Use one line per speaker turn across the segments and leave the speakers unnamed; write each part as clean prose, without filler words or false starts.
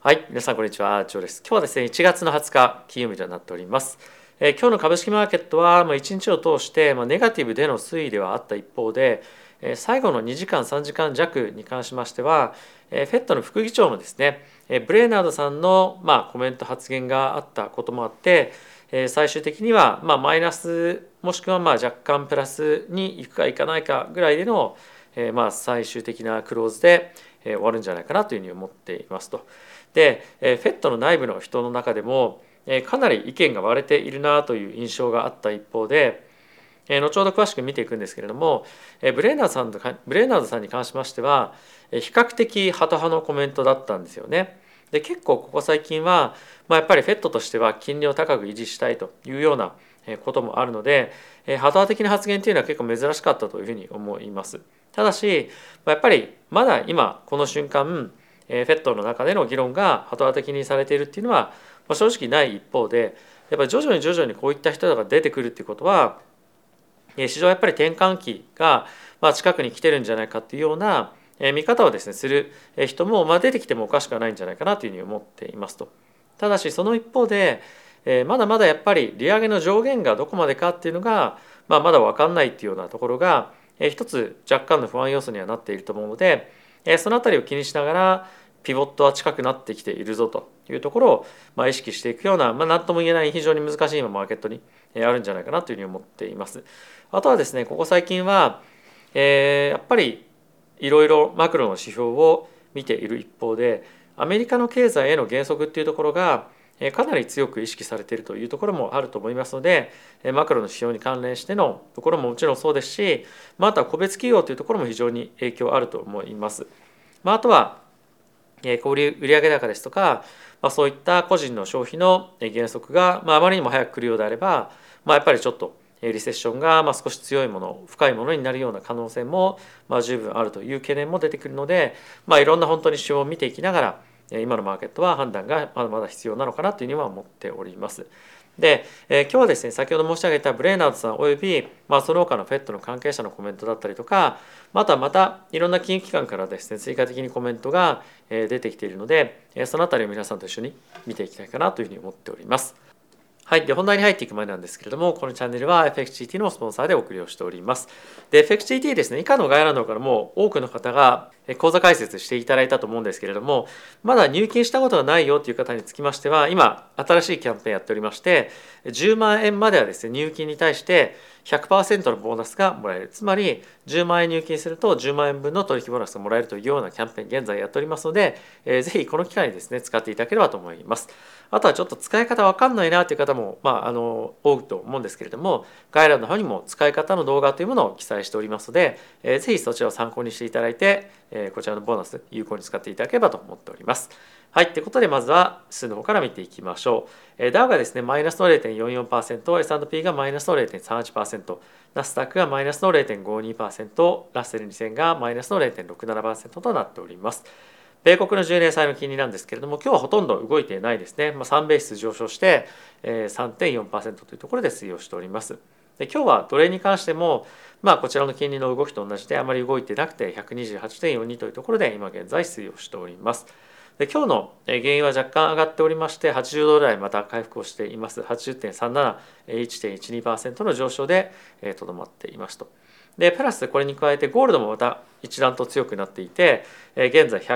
はい、皆さんこんにちは、ジョーです。今日はですね、1月の20日金曜日となっております。今日の株式マーケットは1日を通してネガティブでの推移ではあった一方で、最後の2時間3時間弱に関しましては、FED の副議長のですね、ブレーナードさんのコメント発言があったこともあって、最終的にはマイナスもしくは若干プラスに行くか行かないかぐらいでの最終的なクローズで終わるんじゃないかなというふうに思っていますと。で、FED の内部の人の中でもかなり意見が割れているなという印象があった一方で、後ほど詳しく見ていくんですけれども、ブレーナードさんに関しましては比較的ハト派のコメントだったんですよね。で、結構ここ最近は、やっぱり FED としては金利を高く維持したいというようなこともあるので、ハト派的な発言というのは結構珍しかったというふうに思います。ただしやっぱりまだ今この瞬間FED の中での議論がハト派的にされているっていうのは正直ない一方で、やっぱり徐々にこういった人が出てくるっていうことは市場はやっぱり転換期が近くに来てるんじゃないかっていうような見方をですねする人も出てきてもおかしくはないんじゃないかなというふうに思っていますと。ただしその一方でまだまだやっぱり利上げの上限がどこまでかっていうのがまだ分かんないっていうようなところが一つ若干の不安要素にはなっていると思うので、そのあたりを気にしながらピボットは近くなってきているぞというところを意識していくような何とも言えない非常に難しい今マーケットにあるんじゃないかなというふうに思っています。あとはですね、ここ最近はやっぱりいろいろマクロの指標を見ている一方でアメリカの経済への減速っていうところがかなり強く意識されているというところもあると思いますので、マクロの指標に関連してのところももちろんそうですし、あとは個別企業というところも非常に影響あると思います。あとは小売上高ですとか、そういった個人の消費の減速があまりにも早く来るようであれば、やっぱりちょっとリセッションが少し強いもの深いものになるような可能性も十分あるという懸念も出てくるので、いろんな本当に指標を見ていきながら今のマーケットは判断がまだまだ必要なのかなというふうには思っております。で、今日はですね先ほど申し上げたブレーナードさんおよび、その他の FED の関係者のコメントだったりとか、またいろんな金融機関からですね追加的にコメントが出てきているので、そのあたりを皆さんと一緒に見ていきたいかなというふうに思っております。はい。で、本題に入っていく前なんですけれども、このチャンネルは FXGT のスポンサーでお送りをしております。で、FXGT ですね、以下の概要欄の方からも多くの方が口座開設していただいたと思うんですけれども、まだ入金したことがないよという方につきましては、今、新しいキャンペーンやっておりまして、10万円まではですね、入金に対して100% のボーナスがもらえる。つまり、10万円入金すると10万円分の取引ボーナスがもらえるというようなキャンペーン現在やっておりますので、ぜひこの機会にですね、使っていただければと思います。あとはちょっと使い方わかんないなという方も、多いと思うんですけれども、概要欄の方にも使い方の動画というものを記載しておりますので、ぜひそちらを参考にしていただいて、こちらのボーナス有効に使っていただければと思っております。はい、ということでまずは指数の方から見ていきましょう。ダウがですね、マイナスの 0.44%、S&P がマイナスの 0.38%、ナスダックがマイナスの 0.52%、ラッセル2000がマイナスの 0.67% となっております。米国の10年債の金利なんですけれども、今日はほとんど動いていないですね。3ベース上昇して3.4% というところで推移をしております。で、今日はドル円に関しても、こちらの金利の動きと同じであまり動いてなくて 128.42 というところで今現在推移をしております。で、今日の原因は若干上がっておりまして80ドル台また回復をしています。80.37、1.12% の上昇でとどまっていますと。で、プラスこれに加えてゴールドもまた一段と強くなっていて、現在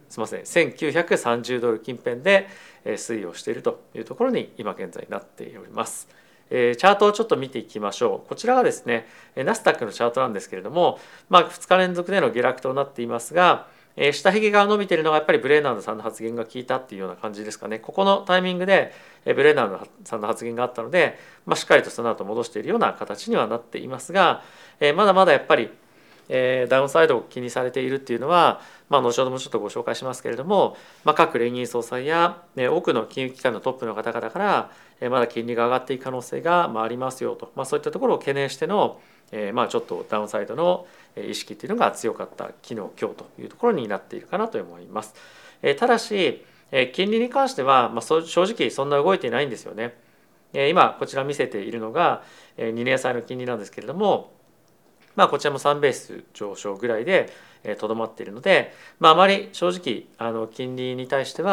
1930ドル近辺で推移をしているというところに今現在なっております。チャートをちょっと見ていきましょう。こちらがですね、ナスダックのチャートなんですけれども、2日連続での下落となっていますが、下髭が伸びているのがやっぱりブレーナードさんの発言が効いたっていうような感じですかね。ここのタイミングでブレーナードさんの発言があったので、しっかりとその後戻しているような形にはなっていますが、まだまだやっぱりダウンサイドを気にされているっていうのは、後ほどもちょっとご紹介しますけれども、各連銀総裁や多くの金融機関のトップの方々からまだ金利が上がっていく可能性がありますよと、そういったところを懸念してのちょっとダウンサイドの意識っていうのが強かった昨日今日というところになっているかなと思います。ただし金利に関しては正直そんな動いていないんですよね。今こちら見せているのが2年債の金利なんですけれども、こちらも3ベース上昇ぐらいでとどまっているので、あまり正直金利に対しては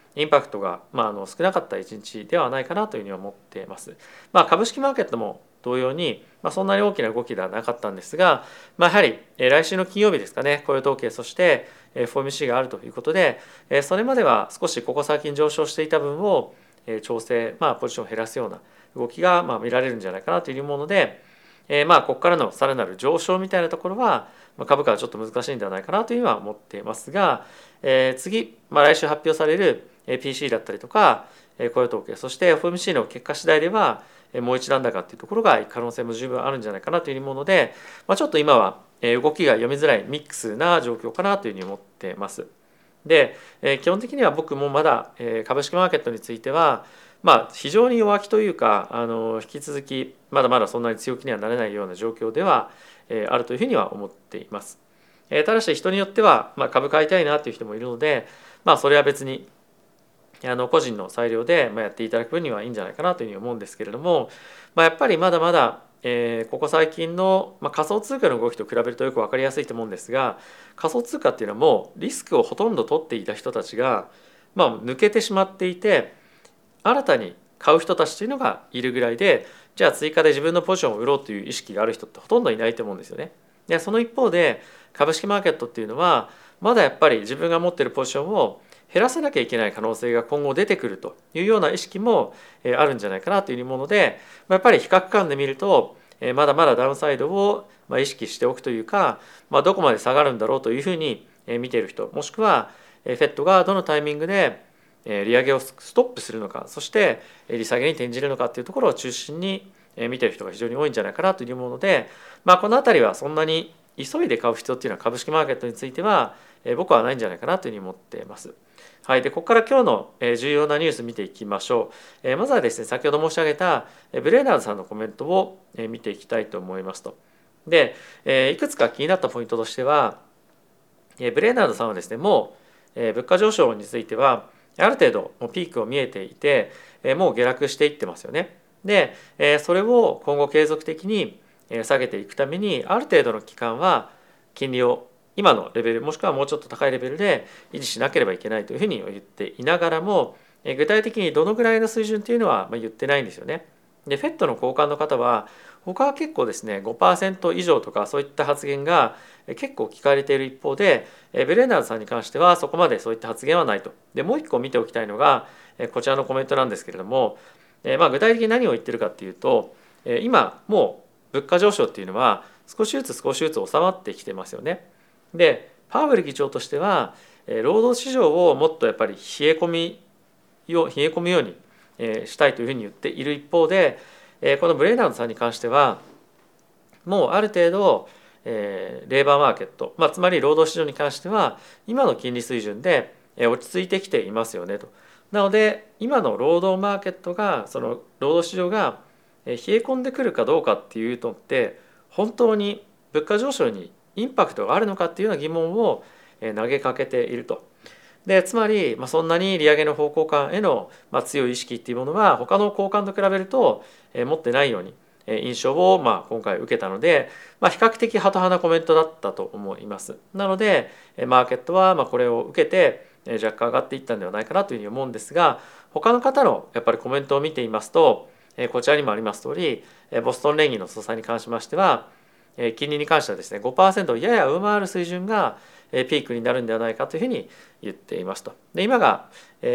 インパクトが、少なかった一日ではないかなというふうに思っています。株式マーケットも同様に、そんなに大きな動きではなかったんですが、やはり来週の金曜日ですかね、雇用統計、そして FOMC があるということで、それまでは少しここ最近上昇していた分を調整、ポジションを減らすような動きが見られるんじゃないかなというもので、ここからのさらなる上昇みたいなところは株価はちょっと難しいんではないかなというのは思っていますが、次、来週発表される PC だったりとか雇用統計、そして FOMC の結果次第ではもう一段高っていうところが行く可能性も十分あるんじゃないかなというもので、ちょっと今は動きが読みづらいミックスな状況かなというふうに思っています。で、基本的には僕もまだ株式マーケットについては非常に弱気というか引き続きまだまだそんなに強気にはなれないような状況ではあるというふうには思っています。ただし人によっては株買いたいなという人もいるので、それは別に個人の裁量でやっていただく分にはいいんじゃないかなというふうに思うんですけれども、やっぱりまだまだここ最近の仮想通貨の動きと比べるとよく分かりやすいと思うんですが、仮想通貨っていうのはもうリスクをほとんど取っていた人たちが抜けてしまっていて、新たに買う人たちというのがいるぐらいで、じゃあ追加で自分のポジションを売ろうという意識がある人ってほとんどいないと思うんですよね。でその一方で株式マーケットっていうのはまだやっぱり自分が持っているポジションを減らさなきゃいけない可能性が今後出てくるというような意識もあるんじゃないかなというもので、やっぱり比較感で見るとまだまだダウンサイドを意識しておくというか、どこまで下がるんだろうというふうに見ている人、もしくはFEDがどのタイミングで利上げをストップするのか、そして利下げに転じるのかというところを中心に見ている人が非常に多いんじゃないかなというもので、この辺りはそんなに急いで買う必要っていうのは株式マーケットについては僕はないんじゃないかなというふうに思っています。はい、でここから今日の重要なニュース見ていきましょう。まずはですね、先ほど申し上げたブレーナードさんのコメントを見ていきたいと思いますと。でいくつか気になったポイントとしては、ブレーナードさんはですね、もう物価上昇についてはある程度ピークを見えていて、もう下落していってますよね。でそれを今後継続的に下げていくためにある程度の期間は金利を今のレベルもしくはもうちょっと高いレベルで維持しなければいけないというふうに言っていながらも、具体的にどのぐらいの水準というのは言ってないんですよね。で FED の高官の方は他は結構ですね 5% 以上とかそういった発言が結構聞かれている一方で、ブレナードさんに関してはそこまでそういった発言はないと。でもう一個見ておきたいのがこちらのコメントなんですけれども、具体的に何を言ってるかっていうと、今もう物価上昇っていうのは少しずつ収まってきてますよね。でパウエル議長としては労働市場をもっとやっぱり冷え込むようにしたいというふうに言っている一方で、このブレイナードさんに関してはもうある程度レーバーマーケット、つまり労働市場に関しては今の金利水準で落ち着いてきていますよねと。なので今の労働マーケットがその労働市場が冷え込んでくるかどうかっていうのって本当に物価上昇にインパクトがあるのかっていうような疑問を投げかけていると。でつまり、そんなに利上げの方向感への強い意識っていうものは他の高官と比べると持ってないように印象を今回受けたので、比較的ハト派なコメントだったと思います。なのでマーケットはこれを受けて若干上がっていったんではないかなというふうに思うんですが、他の方のやっぱりコメントを見ていますとこちらにもあります通りボストン連銀の総裁に関しましては金利に関してはですね 5% をやや上回る水準がピークになるんではないかというふうに言っていますと。で今が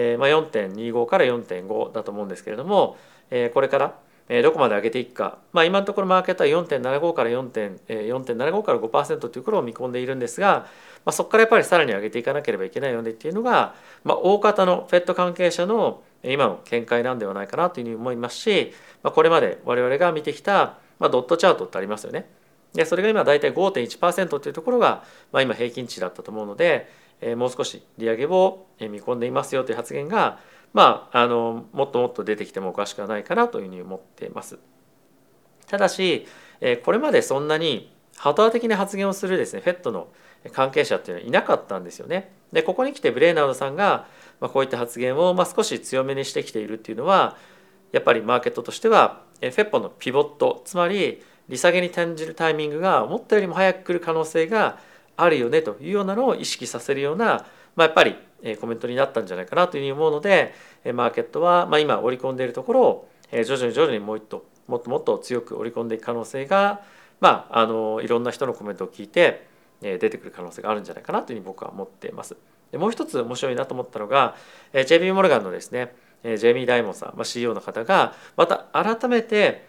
4.25 から 4.5 だと思うんですけれども、これからどこまで上げていくか、今のところマーケットは 4.75 から 4.75 から 5% というところを見込んでいるんですが、そこからやっぱりさらに上げていかなければいけないよねっていうのが、大方の FED 関係者の今の見解なんではないかなというふうに思いますし、これまで我々が見てきたドットチャートってありますよね。でそれが今だいたい 5.1% というところが、今平均値だったと思うので、もう少し利上げを見込んでいますよという発言が、もっともっと出てきてもおかしくはないかなというふうに思っています。ただしこれまでそんなにハト派的な発言をするですね FED の関係者っていうのはいなかったんですよね。でここに来てブレイナードさんがこういった発言を少し強めにしてきているっていうのは、やっぱりマーケットとしてはFED のピボット、つまり利下げに転じるタイミングが思ったよりも早く来る可能性があるよねというようなのを意識させるようなやっぱりコメントになったんじゃないかなというふうに思うので、マーケットは今織り込んでいるところを徐々にもっともっと強く織り込んでいく可能性が、いろんな人のコメントを聞いて出てくる可能性があるんじゃないかなというふうに僕は思っています。でもう一つ面白いなと思ったのが JP モルガンのですねジェイミー・ダイモンさん、CEO の方がまた改めて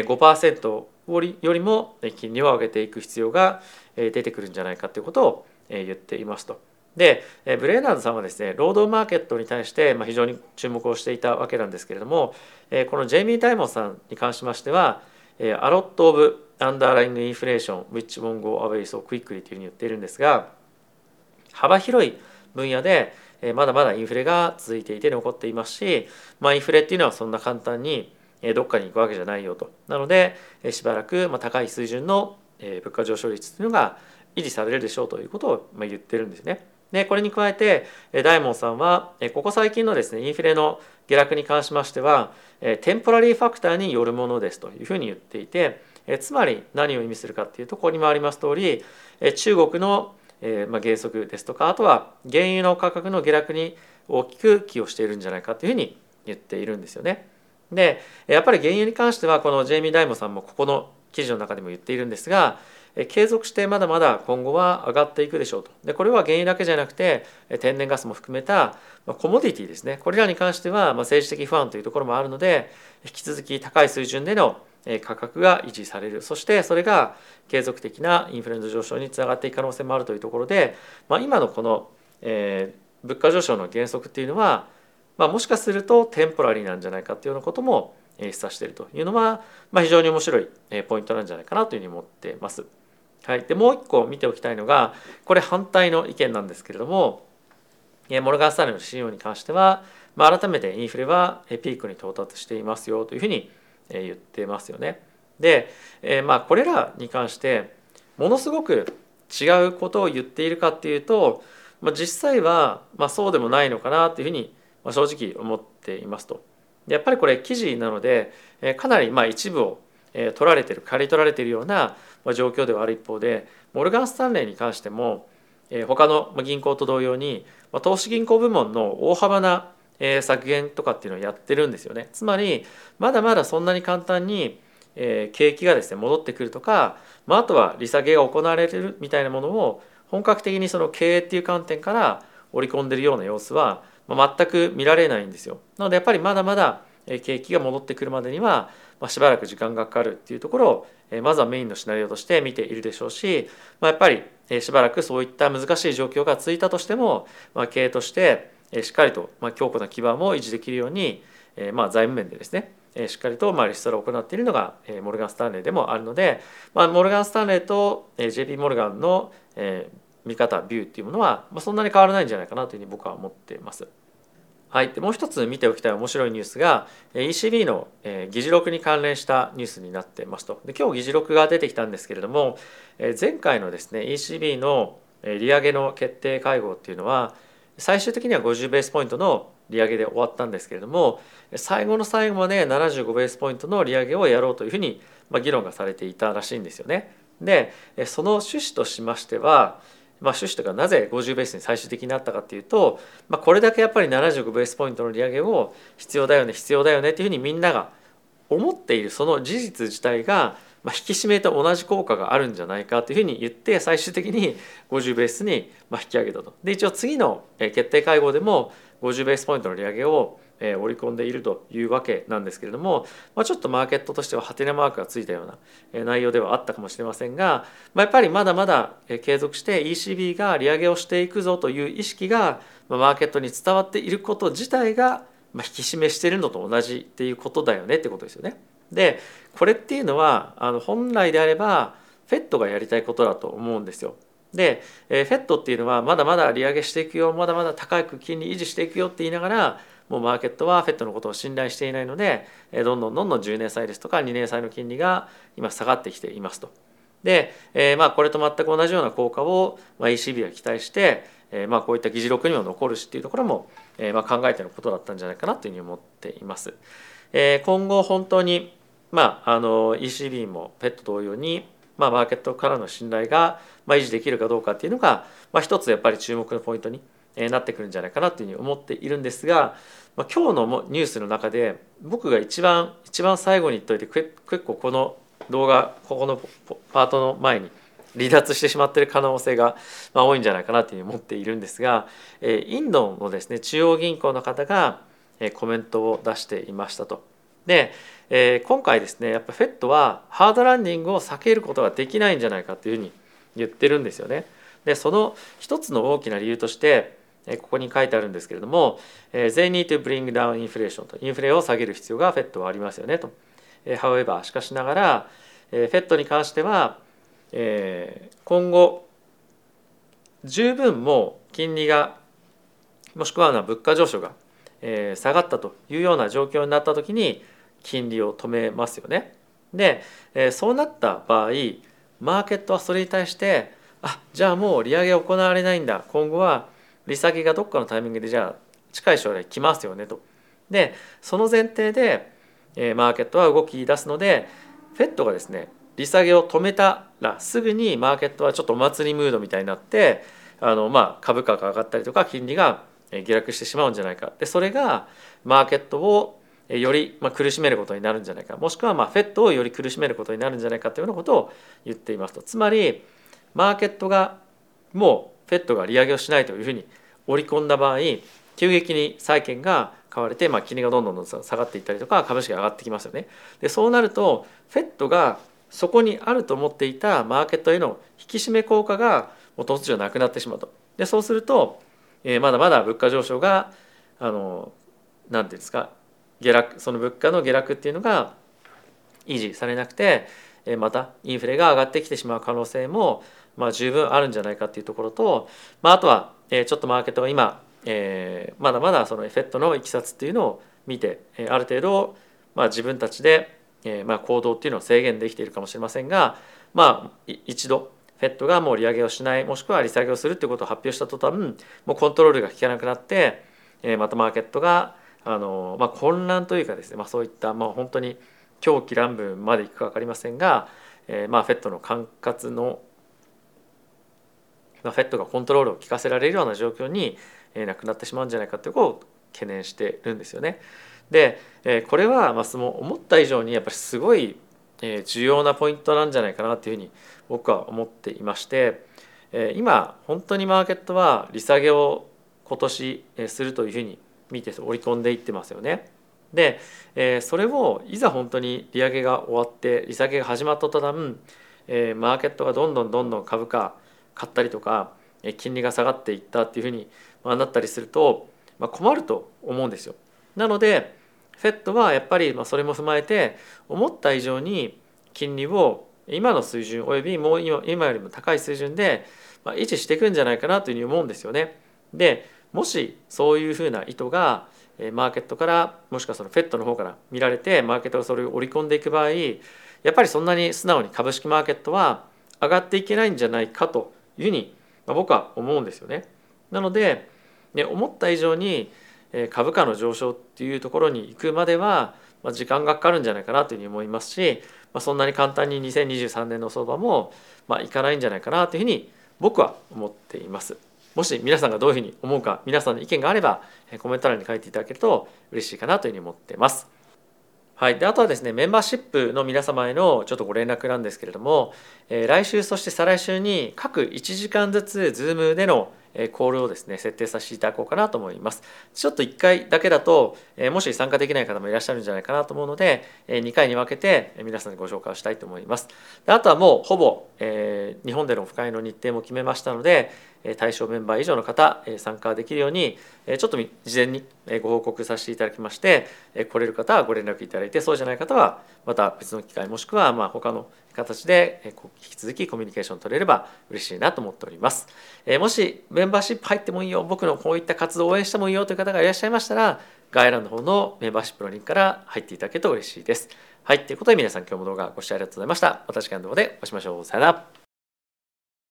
5% よりも金利を上げていく必要が出てくるんじゃないかということを言っていますと。でブレーナードさんはですね労働マーケットに対して非常に注目をしていたわけなんですけれども、このジェイミー・ダイモンさんに関しましてはA lot of underlying inflation which won't go away so quickly というふうに言っているんですが、幅広い分野でまだまだインフレが続いていて残っていますし、インフレっていうのはそんな簡単にどっかに行くわけじゃないよと。なのでしばらく高い水準の物価上昇率というのが維持されるでしょうということを言ってるんですね。でこれに加えてダイモンさんはここ最近のですねインフレの下落に関しましてはテンポラリーファクターによるものですというふうに言っていて、つまり何を意味するかっていうとここにもあります通り中国の減速ですとか、あとは原油の価格の下落に大きく寄与しているんじゃないかというふうに言っているんですよね。でやっぱり原油に関してはこのジェイミー・ダイモンさんもここの記事の中でも言っているんですが、継続してまだまだ今後は上がっていくでしょうと。でこれは原油だけじゃなくて天然ガスも含めたコモディティですね、これらに関しては政治的不安というところもあるので引き続き高い水準での価格が維持される、そしてそれが継続的なインフレの上昇につながっていく可能性もあるというところで、今のこの物価上昇の原則っていうのは、もしかするとテンポラリーなんじゃないかっていうようなことも示唆しているというのは、非常に面白いポイントなんじゃないかなというふうに思っています。はい、でもう一個見ておきたいのがこれ反対の意見なんですけれども、モルガン・スタンレーの CEO に関しては、改めてインフレはピークに到達していますよというふうに言ってますよね。で、これらに関してものすごく違うことを言っているかっていうと、実際はそうでもないのかなというふうに正直思っていますと。やっぱりこれ記事なのでかなり一部を取られてる、刈り取られているような状況ではある一方で、モルガン・スタンレーに関しても他の銀行と同様に投資銀行部門の大幅な削減とかっていうのをやってるんですよね。つまりまだまだそんなに簡単に景気がですね戻ってくるとか、あとは利下げが行われるみたいなものを本格的にその経営っていう観点から織り込んでるような様子は全く見られないんですよ。なのでやっぱりまだまだ景気が戻ってくるまでにはしばらく時間がかかるっていうところをまずはメインのシナリオとして見ているでしょうし、やっぱりしばらくそういった難しい状況が続いたとしても経営としてしっかりと強固な基盤を維持できるように財務面でですねしっかりとリストラを行っているのがモルガン・スタンレーでもあるので、モルガン・スタンレーと JP モルガンの見方ビューっていうものはそんなに変わらないんじゃないかなというふうに僕は思っています。はい、でもう一つ見ておきたい面白いニュースが ECB の議事録に関連したニュースになっていますと。で今日議事録が出てきたんですけれども、前回のですね ECB の利上げの決定会合っていうのは最終的には50ベースポイントの利上げで終わったんですけれども、最後の最後まで75ベースポイントの利上げをやろうというふうに議論がされていたらしいんですよね。でその趣旨としましては、趣旨というかなぜ50ベースに最終的になったかっていうと、これだけやっぱり75ベースポイントの利上げを必要だよね必要だよねっていうふうにみんなが思っているその事実自体が引き締めと同じ効果があるんじゃないかというふうに言って最終的に50ベースに引き上げたと。で一応次の決定会合でも50ベースポイントの利上げを織り込んでいるというわけなんですけれども、ちょっとマーケットとしてはハテナマークがついたような内容ではあったかもしれませんが、やっぱりまだまだ継続して ECB が利上げをしていくぞという意識がマーケットに伝わっていること自体が引き締めしているのと同じっていうことだよねってことですよね。でこれっていうのは本来であれば FED がやりたいことだと思うんですよ。で FED っていうのはまだまだ利上げしていくよ、まだまだ高く金利維持していくよって言いながら、もうマーケットは FED のことを信頼していないのでどんどん10年債ですとか2年債の金利が今下がってきていますと。でこれと全く同じような効果をECB は期待してこういった議事録にも残るしっていうところも考えてのことだったんじゃないかなというふうに思っています。今後本当にECB も FED 同様にマーケットからの信頼が維持できるかどうかっていうのが一つやっぱり注目のポイントになってくるんじゃないかなというふうに思っているんですが、今日のニュースの中で僕が一番最後に言っといて結構この動画ここのパートの前に離脱してしまっている可能性が多いんじゃないかなというふうに思っているんですが、インドのですね中央銀行の方がコメントを出していましたと。で、今回ですねやっぱ FED はハードランディングを避けることができないんじゃないかというふうに言ってるんですよね。でその一つの大きな理由としてここに書いてあるんですけれども They need to bring down inflation とインフレを下げる必要が FED はありますよねと。However しかしながら FED に関しては今後十分もう金利がもしくは物価上昇が下がったというような状況になった時に金利を止めますよね。でそうなった場合マーケットはそれに対してじゃあもう利上げ行われないんだ、今後は利下げがどっかのタイミングでじゃあ近い将来来ますよねと。でその前提でマーケットは動き出すので FED がですね利下げを止めたらすぐにマーケットはちょっとお祭りムードみたいになって株価が上がったりとか金利が下落してしまうんじゃないか。でそれがマーケットをより苦しめることになるんじゃないか、もしくはFED をより苦しめることになるんじゃないかというようなことを言っていますと。つまりマーケットがもう FED が利上げをしないというふうに織り込んだ場合急激に債券が買われて金利がどんどん下がっていったりとか株式が上がってきますよね。でそうなると FED がそこにあると思っていたマーケットへの引き締め効果がもう突如なくなってしまうと。でそうするとまだまだ物価上昇がなんていうんですか下落、その物価の下落っていうのが維持されなくてまたインフレが上がってきてしまう可能性も十分あるんじゃないかっていうところと、あとはちょっとマーケットが今まだまだそのFEDのいきさつっていうのを見てある程度自分たちで行動っていうのを制限できているかもしれませんが、一度FEDがもう利上げをしないもしくは利下げをするということを発表した途端もうコントロールが効かなくなってまたマーケットが混乱というかですね、そういった本当に狂気乱舞までいくか分かりませんがFED の管轄のFED がコントロールを効かせられるような状況になくなってしまうんじゃないかということを懸念してるんですよね。でこれは思った以上にやっぱりすごい重要なポイントなんじゃないかなというふうに僕は思っていまして、今本当にマーケットは利下げを今年するというふうに見て織り込んでいってますよね。でそれをいざ本当に利上げが終わって利下げが始まった途端マーケットがどんどん株価買ったりとか金利が下がっていったっていうふうになったりすると困ると思うんですよ。なので FED はやっぱりそれも踏まえて思った以上に金利を今の水準およびもう今よりも高い水準で維持していくんじゃないかなというふうに思うんですよね。でもしそういうふうな意図がマーケットからもしくはその FED の方から見られてマーケットがそれを織り込んでいく場合やっぱりそんなに素直に株式マーケットは上がっていけないんじゃないかというふうに僕は思うんですよね。なので思った以上に株価の上昇っていうところに行くまでは時間がかかるんじゃないかなというふうに思いますしそんなに簡単に2023年の相場もいかないんじゃないかなというふうに僕は思っています。もし皆さんがどういうふうに思うか皆さんの意見があればコメント欄に書いていただけると嬉しいかなというふうに思っています。はい、であとはですねメンバーシップの皆様へのちょっとご連絡なんですけれども、来週そして再来週に各1時間ずつ Zoom でのコールをですね設定させていただこうかなと思います。ちょっと1回だけだともし参加できない方もいらっしゃるんじゃないかなと思うので2回に分けて皆さんにご紹介をしたいと思います。であとはもうほぼ日本でのオフ会の日程も決めましたので対象メンバー以上の方参加できるようにちょっと事前にご報告させていただきまして来れる方はご連絡いただいてそうじゃない方はまた別の機会もしくは他の形で引き続きコミュニケーション取れれば嬉しいなと思っております。もしメンバーシップ入ってもいいよ僕のこういった活動を応援してもいいよという方がいらっしゃいましたら概要欄の方のメンバーシップのリンクから入っていただけると嬉しいです。はい、ということで皆さん今日も動画ご視聴ありがとうございました。また次回の動画でお会いしましょう。さよなら。